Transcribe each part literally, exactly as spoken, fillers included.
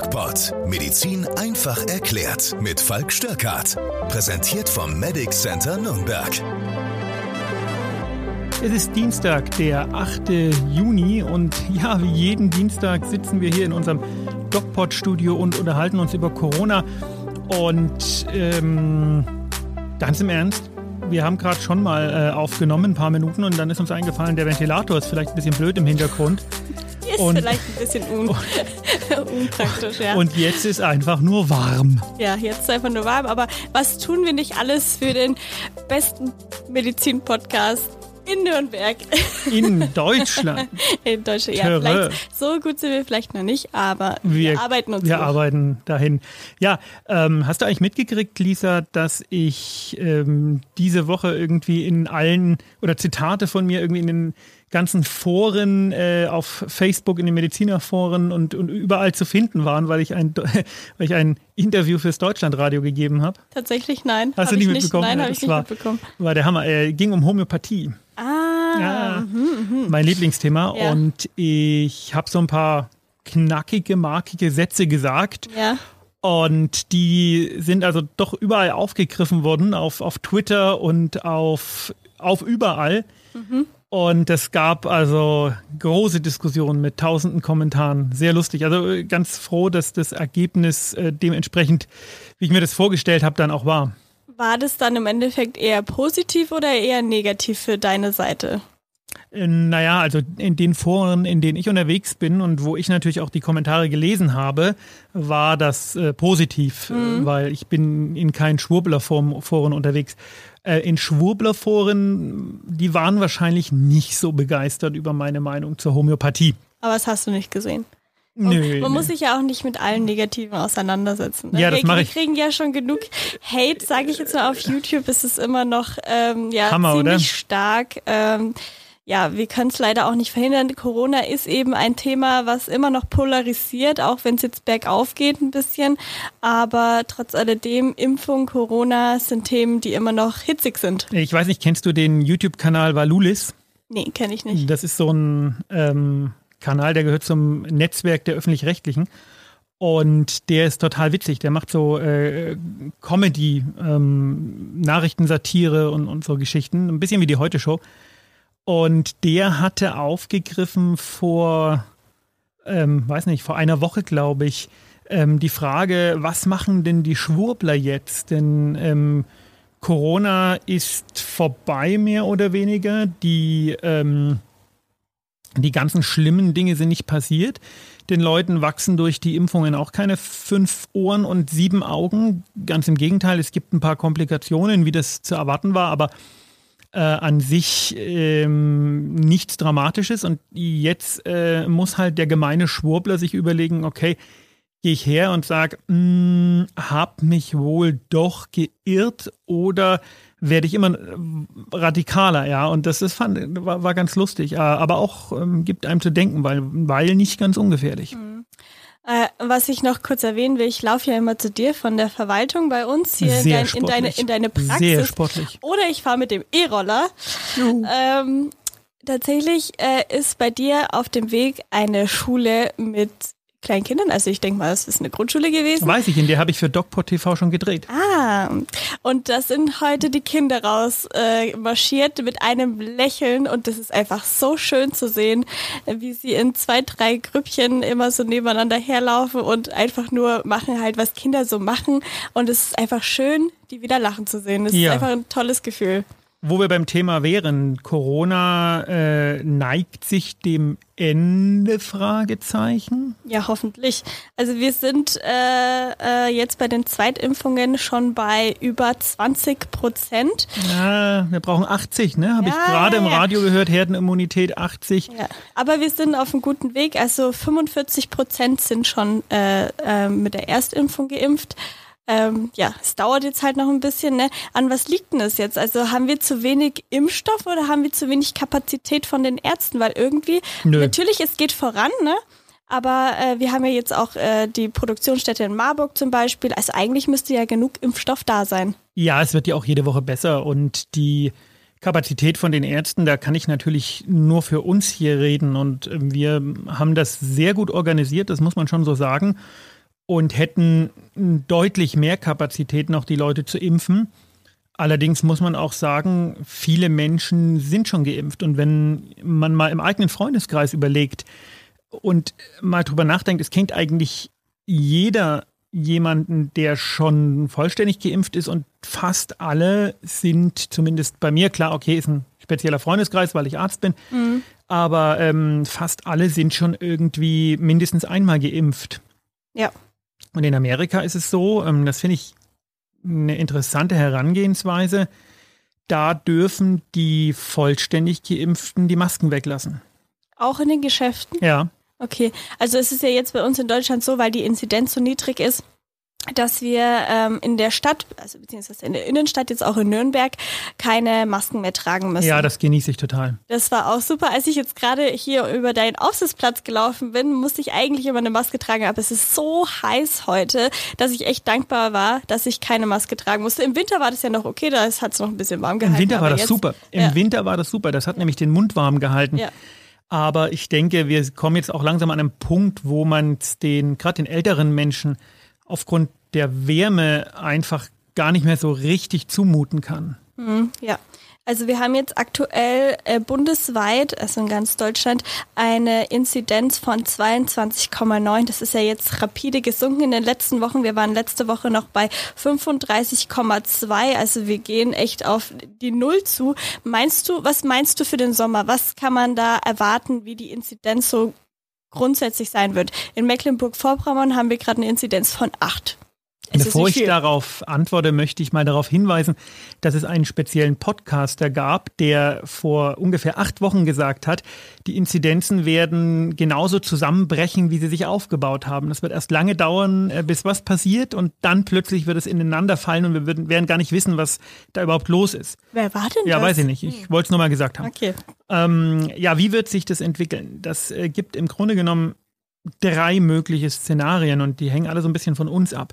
DocPod. Medizin einfach erklärt. Mit Falk Störkart. Präsentiert vom Medic Center Nürnberg. Es ist Dienstag, der achte Juni und ja, wie jeden Dienstag sitzen wir hier in unserem DocPod-Studio und unterhalten uns über Corona. Und ähm, ganz im Ernst, wir haben gerade schon mal äh, aufgenommen, ein paar Minuten, und dann ist uns eingefallen, der Ventilator ist vielleicht ein bisschen blöd im Hintergrund. Ist und, vielleicht ein bisschen un- unpraktisch, ja. Und jetzt ist einfach nur warm. Ja, jetzt ist einfach nur warm, aber was tun wir nicht alles für den besten Medizin-Podcast in Nürnberg? In Deutschland. In Deutschland, ja. Vielleicht, so gut sind wir vielleicht noch nicht, aber wir, wir arbeiten uns Wir hoch. arbeiten dahin. Ja, ähm, hast du eigentlich mitgekriegt, Lisa, dass ich ähm, diese Woche irgendwie in allen, oder Zitate von mir irgendwie in den ganzen Foren äh, auf Facebook, in den Medizinerforen und, und überall zu finden waren, weil ich ein, weil ich ein Interview fürs Deutschlandradio gegeben habe? Tatsächlich nein. Hast du nicht mitbekommen? Nein, ja, habe ich nicht war, mitbekommen. War der Hammer. Er ging um Homöopathie. Ah. Ja, mh, mh. Mein Lieblingsthema. Ja. Und ich habe so ein paar knackige, markige Sätze gesagt. Ja. Und die sind also doch überall aufgegriffen worden, auf, auf Twitter und auf, auf überall. Mhm. Und es gab also große Diskussionen mit tausenden Kommentaren. Sehr lustig. Also ganz froh, dass das Ergebnis äh, dementsprechend, wie ich mir das vorgestellt habe, dann auch war. War das dann im Endeffekt eher positiv oder eher negativ für deine Seite? Äh, naja, also in den Foren, in denen ich unterwegs bin und wo ich natürlich auch die Kommentare gelesen habe, war das äh, positiv, mhm. äh, weil ich bin in keinen Schwurbler-Foren unterwegs. In Schwurbler-Foren, die waren wahrscheinlich nicht so begeistert über meine Meinung zur Homöopathie. Aber das hast du nicht gesehen. Nö, man nö. muss sich ja auch nicht mit allen Negativen auseinandersetzen. Ja, das mache ich. Wir kriegen ja schon genug Hate, sage ich jetzt mal, auf YouTube ist es immer noch ähm, ja, Hammer, ziemlich oder? stark. Ähm, Ja, wir können es leider auch nicht verhindern. Corona ist eben ein Thema, was immer noch polarisiert, auch wenn es jetzt bergauf geht ein bisschen. Aber trotz alledem, Impfung, Corona sind Themen, die immer noch hitzig sind. Ich weiß nicht, kennst du den YouTube-Kanal Valulis? Nee, kenne ich nicht. Das ist so ein ähm, Kanal, der gehört zum Netzwerk der Öffentlich-Rechtlichen. Und der ist total witzig. Der macht so äh, Comedy, ähm, Nachrichtensatire und, und so Geschichten. Ein bisschen wie die Heute-Show. Und der hatte aufgegriffen vor, ähm, weiß nicht, vor einer Woche, glaube ich, ähm, die Frage, was machen denn die Schwurbler jetzt? Denn ähm, Corona ist vorbei, mehr oder weniger. Die, ähm, die ganzen schlimmen Dinge sind nicht passiert. Den Leuten wachsen durch die Impfungen auch keine fünf Ohren und sieben Augen. Ganz im Gegenteil, es gibt ein paar Komplikationen, wie das zu erwarten war, aber Äh, an sich ähm, nichts Dramatisches, und jetzt äh, muss halt der gemeine Schwurbler sich überlegen, okay, gehe ich her und sage, hab mich wohl doch geirrt oder werde ich immer radikaler, ja, und das ist, fand, war, war ganz lustig, aber auch ähm, gibt einem zu denken, weil, weil nicht ganz ungefährlich. Mhm. Äh, was ich noch kurz erwähnen will, ich laufe ja immer zu dir von der Verwaltung bei uns hier in, dein, in, deine, in deine Praxis. Sehr sportlich. Oder ich fahre mit dem E-Roller. Ähm, tatsächlich äh, ist bei dir auf dem Weg eine Schule mit kleinen Kindern. Also ich denke mal, es ist eine Grundschule gewesen. Weiß ich, in der habe ich für DocPod T V schon gedreht. Ah, und da sind heute die Kinder raus äh, marschiert mit einem Lächeln, und das ist einfach so schön zu sehen, wie sie in zwei, drei Grüppchen immer so nebeneinander herlaufen und einfach nur machen halt, was Kinder so machen, und es ist einfach schön, die wieder lachen zu sehen. Das ja. ist einfach ein tolles Gefühl. Wo wir beim Thema wären, Corona äh, neigt sich dem Ende, Fragezeichen? Ja, hoffentlich. Also wir sind äh, äh, jetzt bei den Zweitimpfungen schon bei über zwanzig Prozent. Ja, wir brauchen achtzig, ne? Habe ja, ich gerade ja, im ja. Radio gehört, Herdenimmunität achtzig. Ja. Aber wir sind auf einem guten Weg. Also fünfundvierzig Prozent sind schon äh, äh, mit der Erstimpfung geimpft. Ähm, ja, es dauert jetzt halt noch ein bisschen, ne? An was liegt denn das jetzt? Also haben wir zu wenig Impfstoff oder haben wir zu wenig Kapazität von den Ärzten? Weil irgendwie, Nö. natürlich, es geht voran, ne? Aber äh, wir haben ja jetzt auch äh, die Produktionsstätte in Marburg zum Beispiel. Also eigentlich müsste ja genug Impfstoff da sein. Ja, es wird ja auch jede Woche besser, und die Kapazität von den Ärzten, da kann ich natürlich nur für uns hier reden, und wir haben das sehr gut organisiert, das muss man schon so sagen. und hätten deutlich mehr Kapazität, noch die Leute zu impfen. Allerdings muss man auch sagen, viele Menschen sind schon geimpft. Und wenn man mal im eigenen Freundeskreis überlegt und mal drüber nachdenkt, es kennt eigentlich jeder jemanden, der schon vollständig geimpft ist, und fast alle sind, zumindest bei mir, klar, okay, ist ein spezieller Freundeskreis, weil ich Arzt bin, mhm. aber ähm, fast alle sind schon irgendwie mindestens einmal geimpft. Ja. Und in Amerika ist es so, ähm, das finde ich eine interessante Herangehensweise, da dürfen die vollständig Geimpften die Masken weglassen. Auch in den Geschäften? Ja. Okay, also es ist ja jetzt bei uns in Deutschland so, weil die Inzidenz so niedrig ist, dass wir ähm, in der Stadt, also beziehungsweise in der Innenstadt, jetzt auch in Nürnberg, keine Masken mehr tragen müssen. Ja, das genieße ich total. Das war auch super. Als ich jetzt gerade hier über deinen Aufsitzplatz gelaufen bin, musste ich eigentlich immer eine Maske tragen, aber es ist so heiß heute, dass ich echt dankbar war, dass ich keine Maske tragen musste. Im Winter war das ja noch okay, da hat es noch ein bisschen warm gehalten. Im Winter war das jetzt, super. Im ja. Winter war das super. Das hat nämlich den Mund warm gehalten. Ja. Aber ich denke, wir kommen jetzt auch langsam an einen Punkt, wo man den, gerade den älteren Menschen, aufgrund der Wärme einfach gar nicht mehr so richtig zumuten kann. Mhm, ja. Also wir haben jetzt aktuell äh, bundesweit, also in ganz Deutschland, eine Inzidenz von zweiundzwanzig Komma neun. Das ist ja jetzt rapide gesunken in den letzten Wochen. Wir waren letzte Woche noch bei fünfunddreißig Komma zwei. Also wir gehen echt auf die Null zu. Meinst du, was meinst du für den Sommer? Was kann man da erwarten, wie die Inzidenz so grundsätzlich sein wird? In Mecklenburg-Vorpommern haben wir gerade eine Inzidenz von acht. Es Bevor ich darauf antworte, möchte ich mal darauf hinweisen, dass es einen speziellen Podcaster gab, der vor ungefähr acht Wochen gesagt hat, die Inzidenzen werden genauso zusammenbrechen, wie sie sich aufgebaut haben. Das wird erst lange dauern, bis was passiert, und dann plötzlich wird es ineinander fallen und wir würden, werden gar nicht wissen, was da überhaupt los ist. Wer war denn ja, das? Ja, weiß ich nicht. Ich hm. wollte es nur mal gesagt haben. Okay. Ähm, ja, wie wird sich das entwickeln? Das äh, gibt im Grunde genommen drei mögliche Szenarien und die hängen alle so ein bisschen von uns ab.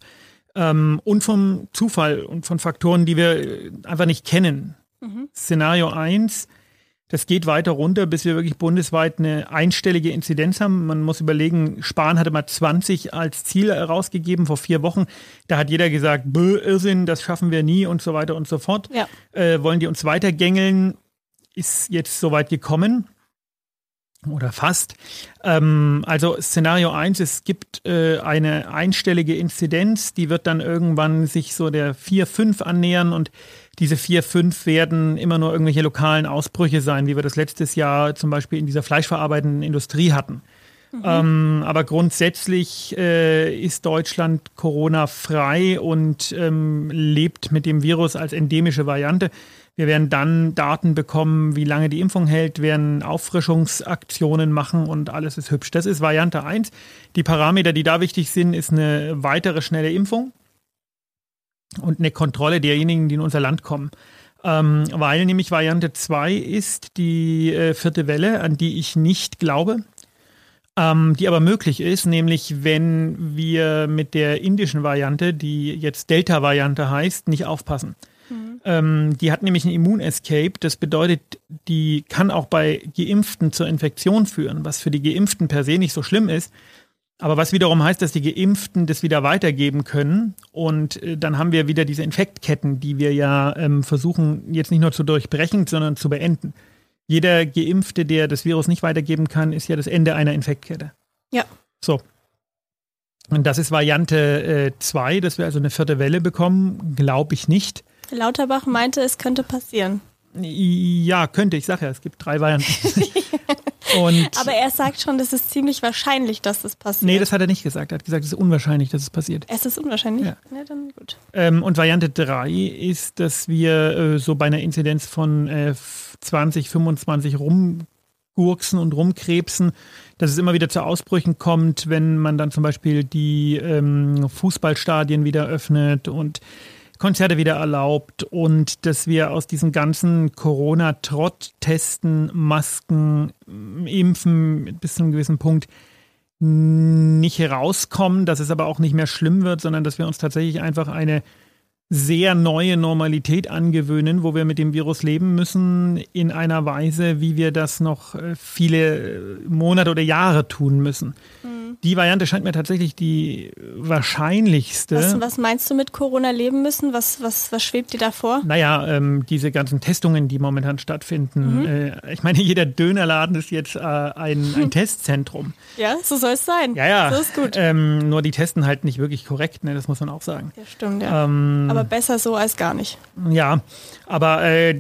Und vom Zufall und von Faktoren, die wir einfach nicht kennen. Mhm. Szenario eins, das geht weiter runter, bis wir wirklich bundesweit eine einstellige Inzidenz haben. Man muss überlegen, Spahn hatte mal zwanzig als Ziel herausgegeben vor vier Wochen. Da hat jeder gesagt, bäh, Irrsinn, das schaffen wir nie und so weiter und so fort. Ja. Äh, wollen die uns weitergängeln? Ist jetzt soweit gekommen. Oder fast. Ähm, also Szenario eins, es gibt äh, eine einstellige Inzidenz, die wird dann irgendwann sich so der vier, fünf annähern und diese vier, fünf werden immer nur irgendwelche lokalen Ausbrüche sein, wie wir das letztes Jahr zum Beispiel in dieser fleischverarbeitenden Industrie hatten. Mhm. Ähm, aber grundsätzlich äh, ist Deutschland Corona-frei und ähm, lebt mit dem Virus als endemische Variante. Wir werden dann Daten bekommen, wie lange die Impfung hält, werden Auffrischungsaktionen machen und alles ist hübsch. Das ist Variante eins. Die Parameter, die da wichtig sind, ist eine weitere schnelle Impfung und eine Kontrolle derjenigen, die in unser Land kommen. Ähm, weil nämlich Variante zwei ist die äh, vierte Welle, an die ich nicht glaube, ähm, die aber möglich ist, nämlich wenn wir mit der indischen Variante, die jetzt Delta-Variante heißt, nicht aufpassen. Mhm. Ähm, die hat nämlich ein Immun-Escape, das bedeutet, die kann auch bei Geimpften zur Infektion führen, was für die Geimpften per se nicht so schlimm ist, aber was wiederum heißt, dass die Geimpften das wieder weitergeben können und äh, dann haben wir wieder diese Infektketten, die wir ja ähm, versuchen jetzt nicht nur zu durchbrechen, sondern zu beenden. Jeder Geimpfte, der das Virus nicht weitergeben kann, ist ja das Ende einer Infektkette. Ja. So. Und das ist Variante zwei, äh, dass wir also eine vierte Welle bekommen, glaube ich nicht. Lauterbach meinte, es könnte passieren. Ja, könnte. Ich sage ja, es gibt drei Varianten. Und aber er sagt schon, das ist ziemlich wahrscheinlich, dass das passiert. Nee, das hat er nicht gesagt. Er hat gesagt, es ist unwahrscheinlich, dass es passiert. Es ist unwahrscheinlich? Ja. Ja, dann gut. Ähm, und Variante drei ist, dass wir äh, so bei einer Inzidenz von äh, zwanzig, fünfundzwanzig rumgurksen und rumkrebsen, dass es immer wieder zu Ausbrüchen kommt, wenn man dann zum Beispiel die ähm, Fußballstadien wieder öffnet und Konzerte wieder erlaubt und dass wir aus diesem ganzen Corona-Trott, Testen, Masken, Impfen bis zu einem gewissen Punkt nicht herauskommen, dass es aber auch nicht mehr schlimm wird, sondern dass wir uns tatsächlich einfach eine sehr neue Normalität angewöhnen, wo wir mit dem Virus leben müssen in einer Weise, wie wir das noch viele Monate oder Jahre tun müssen. Mhm. Die Variante scheint mir tatsächlich die wahrscheinlichste. Was, was meinst du mit Corona leben müssen? Was, was, was schwebt dir da vor? Naja, ähm, diese ganzen Testungen, die momentan stattfinden. Mhm. Äh, ich meine, jeder Dönerladen ist jetzt äh, ein, ein Testzentrum. Ja, so soll es sein. Ja, ja. So ist gut. Ähm, nur die testen halt nicht wirklich korrekt, ne? Das muss man auch sagen. Ja, stimmt, ja. Ähm, aber besser so als gar nicht. Ja, aber äh,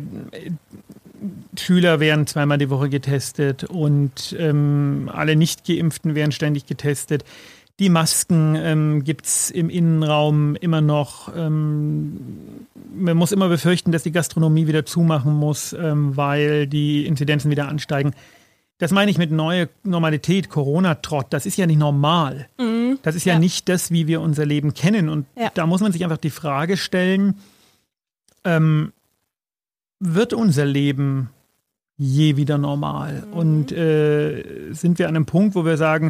Schüler werden zweimal die Woche getestet und ähm, alle Nicht-Geimpften werden ständig getestet. Die Masken ähm, gibt es im Innenraum immer noch. Ähm, man muss immer befürchten, dass die Gastronomie wieder zumachen muss, ähm, weil die Inzidenzen wieder ansteigen. Das meine ich mit neue Normalität, Corona-Trott. Das ist ja nicht normal. Mhm. Das ist ja, ja nicht das, wie wir unser Leben kennen. Und ja. da muss man sich einfach die Frage stellen, ähm, wird unser Leben je wieder normal? Mhm. Und äh, sind wir an einem Punkt, wo wir sagen,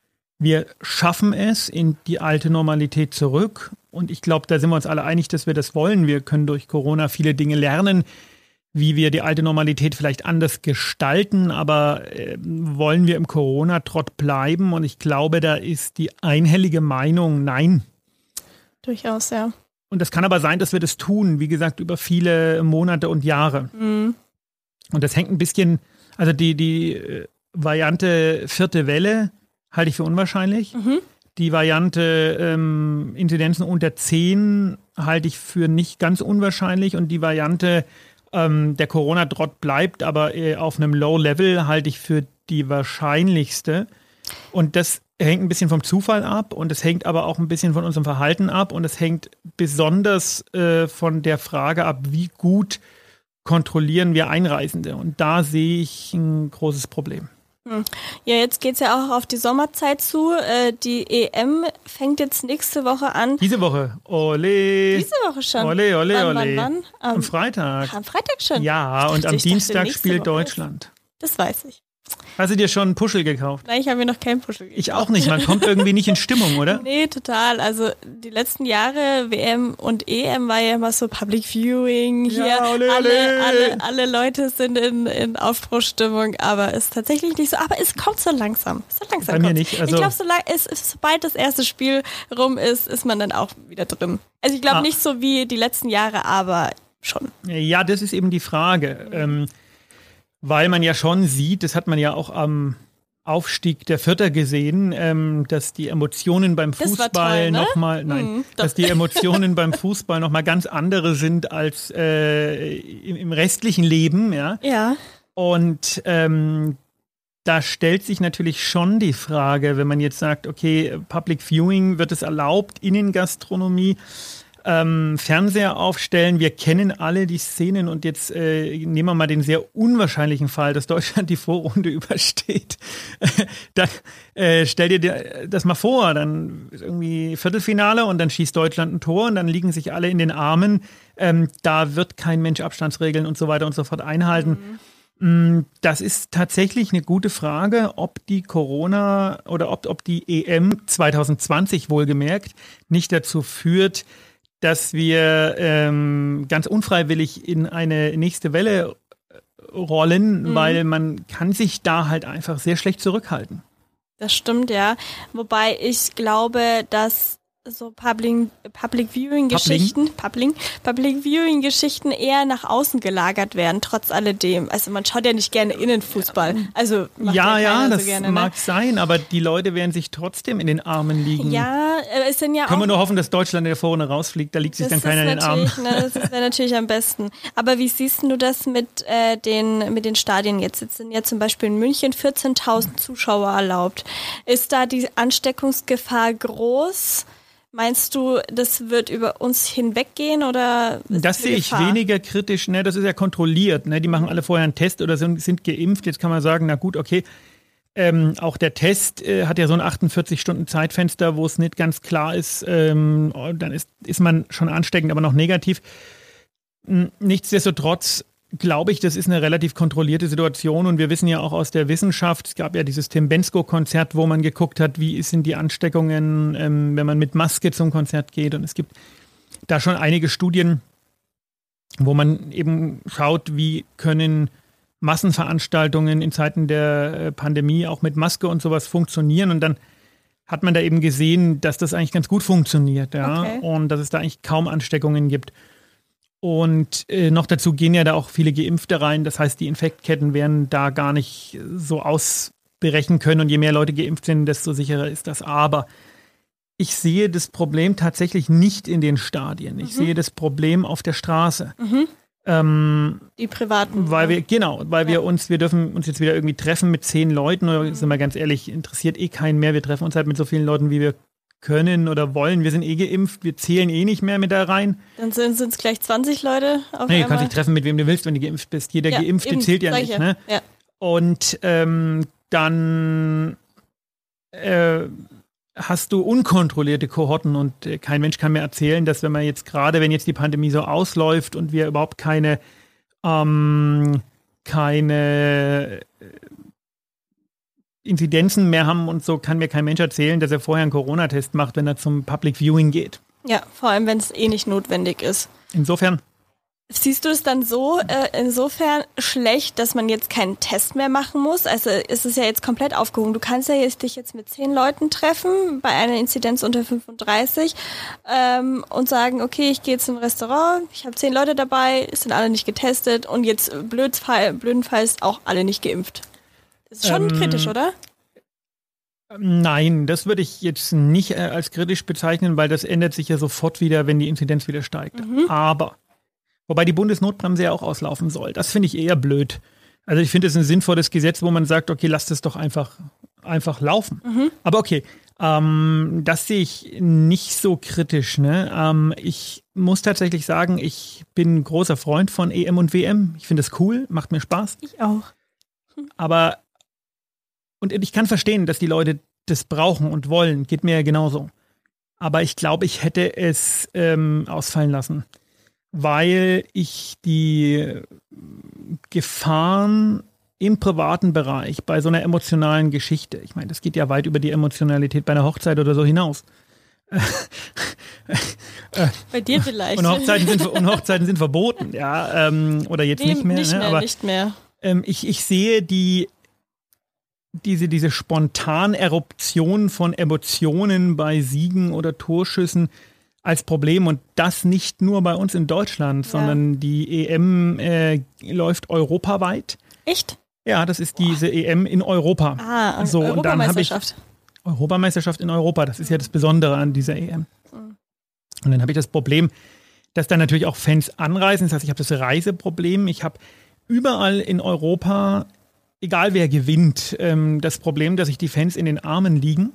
wir schaffen es in die alte Normalität zurück? Und ich glaube, da sind wir uns alle einig, dass wir das wollen. Wir können durch Corona viele Dinge lernen, wie wir die alte Normalität vielleicht anders gestalten. Aber äh, wollen wir im Corona-Trott bleiben? Und ich glaube, da ist die einhellige Meinung, nein. Durchaus, ja. Und das kann aber sein, dass wir das tun, wie gesagt, über viele Monate und Jahre. Mhm. Und das hängt ein bisschen, also die, die Variante vierte Welle halte ich für unwahrscheinlich. Mhm. Die Variante ähm, Inzidenzen unter zehn halte ich für nicht ganz unwahrscheinlich. Und die Variante ähm, der Corona-Trott bleibt aber äh, auf einem Low-Level halte ich für die wahrscheinlichste. Und das hängt ein bisschen vom Zufall ab und es hängt aber auch ein bisschen von unserem Verhalten ab und es hängt besonders äh, von der Frage ab, wie gut kontrollieren wir Einreisende. Und da sehe ich ein großes Problem. Ja, jetzt geht es ja auch auf die Sommerzeit zu. Äh, die E M fängt jetzt nächste Woche an. Diese Woche. Ole. Diese Woche schon. Ole, ole, wann, ole. Wann, wann? Am, am Freitag. Am Freitag schon? Ja, und dachte, am Dienstag dachte, spielt Woche Deutschland. Ist. Das weiß ich. Hast du dir schon einen Puschel gekauft? Nein, ich habe mir noch keinen Puschel gekauft. Ich auch nicht. Man kommt irgendwie nicht in Stimmung, oder? Nee, total. Also die letzten Jahre, W M und E M, war ja immer so Public Viewing. Hier ja, ole, ole. Alle, alle, alle Leute sind in, in Aufbruchsstimmung, aber ist tatsächlich nicht so. Aber es kommt so langsam. So langsam Bei mir kommt's. nicht. Also ich glaube, so sobald das erste Spiel rum ist, ist man dann auch wieder drin. Also ich glaube ah. nicht so wie die letzten Jahre, aber schon. Ja, das ist eben die Frage. Ähm, Weil man ja schon sieht, das hat man ja auch am Aufstieg der Vierter gesehen, ähm, dass die Emotionen beim Fußball ne? nochmal, nein, mhm, dass die Emotionen beim Fußball nochmal ganz andere sind als äh, im, im restlichen Leben, ja. Ja. Und ähm, da stellt sich natürlich schon die Frage, wenn man jetzt sagt, okay, Public Viewing, wird es erlaubt, Innengastronomie, Ähm, Fernseher aufstellen. Wir kennen alle die Szenen und jetzt äh, nehmen wir mal den sehr unwahrscheinlichen Fall, dass Deutschland die Vorrunde übersteht. dann äh, stell dir das mal vor, dann ist irgendwie Viertelfinale und dann schießt Deutschland ein Tor und dann liegen sich alle in den Armen. Ähm, da wird kein Mensch Abstandsregeln und so weiter und so fort einhalten. Mhm. Das ist tatsächlich eine gute Frage, ob die Corona oder ob, ob die E M zwanzig zwanzig wohlgemerkt nicht dazu führt, dass wir ähm, ganz unfreiwillig in eine nächste Welle rollen, mhm. weil man kann sich da halt einfach sehr schlecht zurückhalten. Das stimmt, ja. Wobei ich glaube, dass so Public, Public Viewing Geschichten, Public, Public Viewing Geschichten eher nach außen gelagert werden, trotz alledem. Also man schaut ja nicht gerne Innenfußball. Also ja, ja, das so gerne, mag ne? sein, aber die Leute werden sich trotzdem in den Armen liegen. Ja, es sind ja Können auch. wir nur hoffen, dass Deutschland in der Vorrunde rausfliegt, da liegt sich dann keiner in den Armen. Ne, das wäre natürlich am besten. Aber wie siehst du das mit äh, den mit den Stadien jetzt? Jetzt sind ja zum Beispiel in München vierzehntausend Zuschauer erlaubt. Ist da die Ansteckungsgefahr groß? Meinst du, das wird über uns hinweggehen oder? Das sehe ich weniger kritisch. Ne? Das ist ja kontrolliert. Ne? Die machen alle vorher einen Test oder sind, sind geimpft. Jetzt kann man sagen, na gut, okay. Ähm, auch der Test äh, hat ja so ein achtundvierzig Stunden Zeitfenster, wo es nicht ganz klar ist. Ähm, dann ist, ist man schon ansteckend, aber noch negativ. Nichtsdestotrotz glaube ich, das ist eine relativ kontrollierte Situation und wir wissen ja auch aus der Wissenschaft, es gab ja dieses Tim Bendzko-Konzert, wo man geguckt hat, wie sind die Ansteckungen, ähm, wenn man mit Maske zum Konzert geht und es gibt da schon einige Studien, wo man eben schaut, wie können Massenveranstaltungen in Zeiten der Pandemie auch mit Maske und sowas funktionieren und dann hat man da eben gesehen, dass das eigentlich ganz gut funktioniert, ja, Okay. und dass es da eigentlich kaum Ansteckungen gibt. Und äh, noch dazu gehen ja da auch viele Geimpfte rein. Das heißt, die Infektketten werden da gar nicht so ausberechnen können. Und je mehr Leute geimpft sind, desto sicherer ist das. Aber ich sehe das Problem tatsächlich nicht in den Stadien. Ich Mhm. sehe das Problem auf der Straße. Mhm. Ähm, Die privaten. weil wir, genau, weil Ja. wir uns, wir dürfen uns jetzt wieder irgendwie treffen mit zehn Leuten. Oder sind wir ganz ehrlich, interessiert eh keinen mehr. Wir treffen uns halt mit so vielen Leuten, wie wir können oder wollen. Wir sind eh geimpft. Wir zählen eh nicht mehr mit da rein. Dann sind es gleich zwanzig Leute auf Nee, du einmal. kannst dich treffen, mit wem du willst, wenn du geimpft bist. Jeder Ja, Geimpfte eben, zählt ja sag ich nicht. ja. Ne? Ja. Und ähm, dann äh, hast du unkontrollierte Kohorten und äh, kein Mensch kann mir erzählen, dass wenn man jetzt gerade, wenn jetzt die Pandemie so ausläuft und wir überhaupt keine, ähm, keine äh, Inzidenzen mehr haben und so, kann mir kein Mensch erzählen, dass er vorher einen Corona-Test macht, wenn er zum Public Viewing geht. Ja, vor allem, wenn es eh nicht notwendig ist. Insofern, Siehst du es dann so äh, insofern schlecht, dass man jetzt keinen Test mehr machen muss? Also ist es ja jetzt komplett aufgehoben. Du kannst ja jetzt, dich jetzt mit zehn Leuten treffen bei einer Inzidenz unter fünfunddreißig ähm, und sagen, okay, ich gehe jetzt in ein Restaurant, ich habe zehn Leute dabei, es sind alle nicht getestet und jetzt blödfall, blödenfalls auch alle nicht geimpft. Das ist schon Ähm, kritisch, oder? nein, das würde ich jetzt nicht äh, als kritisch bezeichnen, weil das ändert sich ja sofort wieder, wenn die Inzidenz wieder steigt. Aber, wobei die Bundesnotbremse ja auch auslaufen soll. Das finde ich eher blöd. Also ich finde es ein sinnvolles Gesetz, wo man sagt, okay, lasst es doch einfach, einfach laufen. Aber okay, ähm, das sehe ich nicht so kritisch. Ne? Ähm, ich muss tatsächlich sagen, ich bin ein großer Freund von E M und W M. Ich finde es cool, macht mir Spaß. Ich auch. Aber, und ich kann verstehen, dass die Leute das brauchen und wollen, geht mir ja genauso. Aber ich glaube, ich hätte es ähm, ausfallen lassen, weil ich die Gefahren im privaten Bereich bei so einer emotionalen Geschichte, ich meine, das geht ja weit über die Emotionalität bei einer Hochzeit oder so hinaus. Bei dir vielleicht. Und Hochzeiten sind, und Hochzeiten sind verboten, ja, ähm, oder jetzt Nee, nicht mehr. Nicht ne? mehr, Aber nicht mehr. ähm, ich, ich sehe die diese, diese spontanen Eruptionen von Emotionen bei Siegen oder Torschüssen als Problem und das nicht nur bei uns in Deutschland, Ja. sondern die E M äh, läuft europaweit. Echt? Ja, das ist diese E M in Europa. Ah, und So, und dann habe ich Europameisterschaft. Europameisterschaft in Europa, das ist ja das Besondere an dieser E M. Und dann habe ich das Problem, dass dann natürlich auch Fans anreisen. Das heißt, ich habe das Reiseproblem. Ich habe überall in Europa, egal wer gewinnt, ähm, das Problem, dass sich die Fans in den Armen liegen.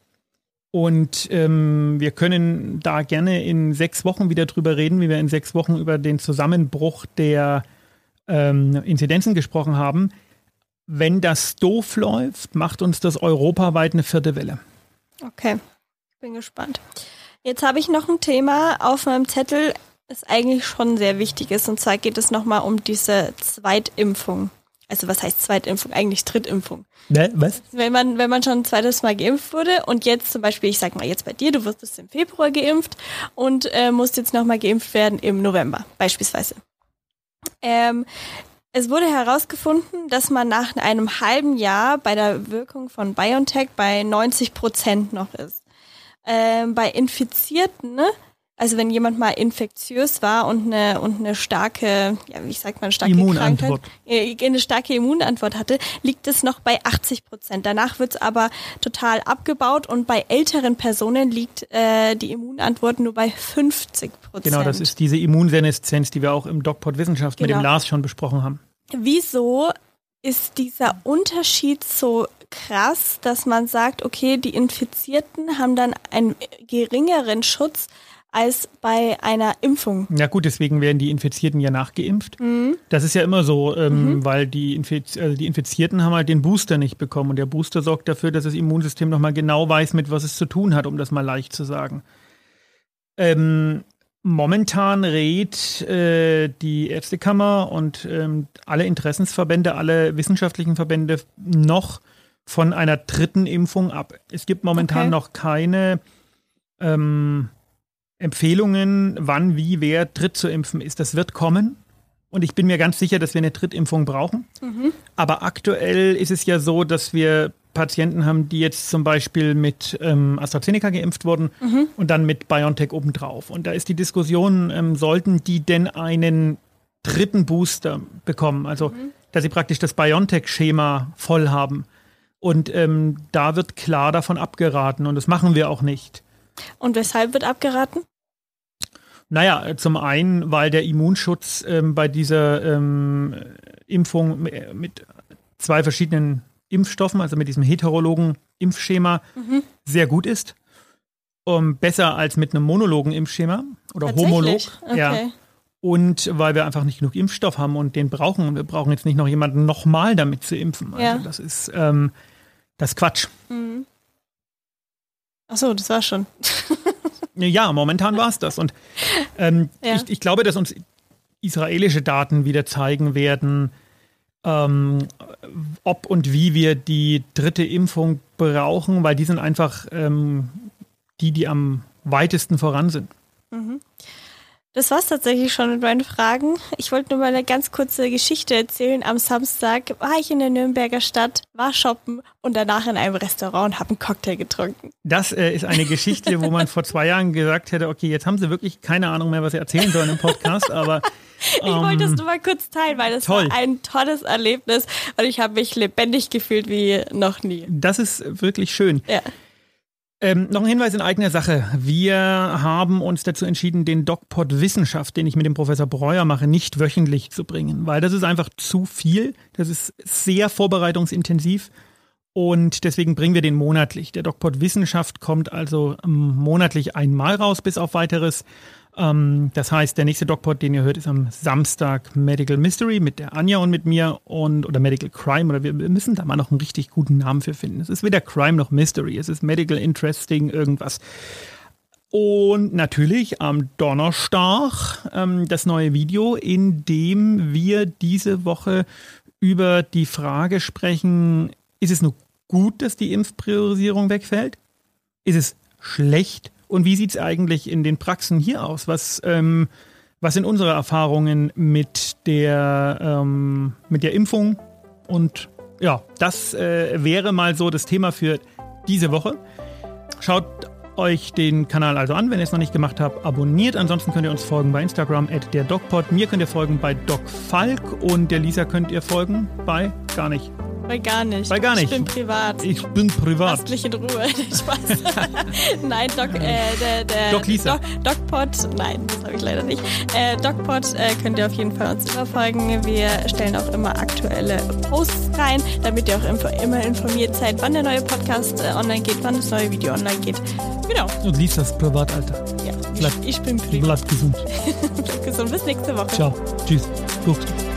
Und ähm, wir können da gerne in sechs Wochen wieder drüber reden, wie wir in sechs Wochen über den Zusammenbruch der ähm, Inzidenzen gesprochen haben. Wenn das doof läuft, macht uns das europaweit eine vierte Welle. Okay, ich bin gespannt. Jetzt habe ich noch ein Thema auf meinem Zettel, das eigentlich schon sehr wichtig ist. Und zwar geht es nochmal um diese Zweitimpfung. Also was heißt Zweitimpfung? Eigentlich Drittimpfung. Ne, was? Wenn man, wenn man schon ein zweites Mal geimpft wurde und jetzt zum Beispiel, ich sag mal jetzt bei dir, du wirst im Februar geimpft und äh, musst jetzt nochmal geimpft werden im November beispielsweise. Ähm, es wurde herausgefunden, dass man nach einem halben Jahr bei der Wirkung von BioNTech bei neunzig Prozent noch ist. Ähm, bei Infizierten, ne? Also wenn jemand mal infektiös war und eine und eine starke, ja wie sagt man, starke Immunantwort. Krankheit, äh, eine starke Immunantwort hatte, liegt es noch bei achtzig Prozent. Danach wird es aber total abgebaut und bei älteren Personen liegt äh, die Immunantwort nur bei fünfzig Prozent. Genau, das ist diese Immunseneszenz, die wir auch im DocPod Wissenschaft mit Genau. dem Lars schon besprochen haben. Wieso ist dieser Unterschied so krass, dass man sagt, okay, die Infizierten haben dann einen geringeren Schutz als bei einer Impfung? Ja gut, deswegen werden die Infizierten ja nachgeimpft. Mhm. Das ist ja immer so, ähm, weil die, Infiz also die Infizierten haben halt den Booster nicht bekommen. Und der Booster sorgt dafür, dass das Immunsystem nochmal genau weiß, mit was es zu tun hat, um das mal leicht zu sagen. Ähm, momentan rät äh, die Ärztekammer und ähm, alle Interessensverbände, alle wissenschaftlichen Verbände noch von einer dritten Impfung ab. Es gibt momentan Okay. noch keine ähm, Empfehlungen, wann, wie, wer dritt zu impfen ist. Das wird kommen. Und ich bin mir ganz sicher, dass wir eine Drittimpfung brauchen. Mhm. Aber aktuell ist es ja so, dass wir Patienten haben, die jetzt zum Beispiel mit ähm, AstraZeneca geimpft wurden mhm. und dann mit BioNTech obendrauf. Und da ist die Diskussion, ähm, sollten die denn einen dritten Booster bekommen? Also, mhm. dass sie praktisch das BioNTech-Schema voll haben. Und ähm, da wird klar davon abgeraten und das machen wir auch nicht. Und weshalb wird abgeraten? Naja, zum einen, weil der Immunschutz ähm, bei dieser ähm, Impfung mit zwei verschiedenen Impfstoffen, also mit diesem heterologen Impfschema, mhm. sehr gut ist. Um, besser als mit einem monologen Impfschema oder homolog. Okay. Ja. Und weil wir einfach nicht genug Impfstoff haben und den brauchen. Und wir brauchen jetzt nicht noch jemanden nochmal damit zu impfen. Also ja. das ist ähm, das ist Quatsch. Mhm. Ach so, das war schon. Ja, momentan war es das. Und ähm, ja. ich, ich glaube, dass uns israelische Daten wieder zeigen werden, ähm, ob und wie wir die dritte Impfung brauchen, weil die sind einfach ähm, die, die am weitesten voran sind. Mhm. Das war's tatsächlich schon mit meinen Fragen. Ich wollte nur mal eine ganz kurze Geschichte erzählen. Am Samstag war ich in der Nürnberger Stadt, war shoppen und danach in einem Restaurant und habe einen Cocktail getrunken. Das äh, ist eine Geschichte, wo man vor zwei Jahren gesagt hätte, okay, jetzt haben sie wirklich keine Ahnung mehr, was sie erzählen sollen im Podcast, aber ich ähm, wollte es nur mal kurz teilen, weil das toll. war ein tolles Erlebnis und ich habe mich lebendig gefühlt wie noch nie. Das ist wirklich schön. Ja. Ähm, noch ein Hinweis in eigener Sache. Wir haben uns dazu entschieden, den DocPod Wissenschaft, den ich mit dem Professor Breuer mache, nicht wöchentlich zu bringen, weil das ist einfach zu viel. Das ist sehr vorbereitungsintensiv und deswegen bringen wir den monatlich. Der DocPod Wissenschaft kommt also monatlich einmal raus, bis auf weiteres. Ähm, das heißt, der nächste DocPod, den ihr hört, ist am Samstag Medical Mystery mit der Anja und mit mir und oder Medical Crime oder wir müssen da mal noch einen richtig guten Namen für finden. Es ist weder Crime noch Mystery, es ist Medical Interesting irgendwas. Und natürlich am Donnerstag ähm, das neue Video, in dem wir diese Woche über die Frage sprechen, ist es nur gut, dass die Impfpriorisierung wegfällt? Ist es schlecht? Und wie sieht es eigentlich in den Praxen hier aus? Was, ähm, was sind unsere Erfahrungen mit der, ähm, mit der Impfung? Und ja, das äh, wäre mal so das Thema für diese Woche. Schaut euch den Kanal also an, wenn ihr es noch nicht gemacht habt. Abonniert. Ansonsten könnt ihr uns folgen bei Instagram at der DocPod. Mir könnt ihr folgen bei DocFalk und der Lisa könnt ihr folgen bei gar nicht. Bei gar nicht. Bei gar nicht. Ich bin privat. Ich bin privat. Lasst mich in Ruhe. Spaß. Nein, Doc, äh, der, der Doc Lisa. Doc, DocPod, nein, das habe ich leider nicht. Äh, DocPod äh, könnt ihr auf jeden Fall uns immer folgen. Wir stellen auch immer aktuelle Posts rein, damit ihr auch info, immer informiert seid, wann der neue Podcast äh, online geht, wann das neue Video online geht. Genau. Und Lisas Privatalter. Ja, bleib, ich, ich bin privat. Bleibt gesund. Bleibt gesund. Bis nächste Woche. Ciao. Tschüss. Gut.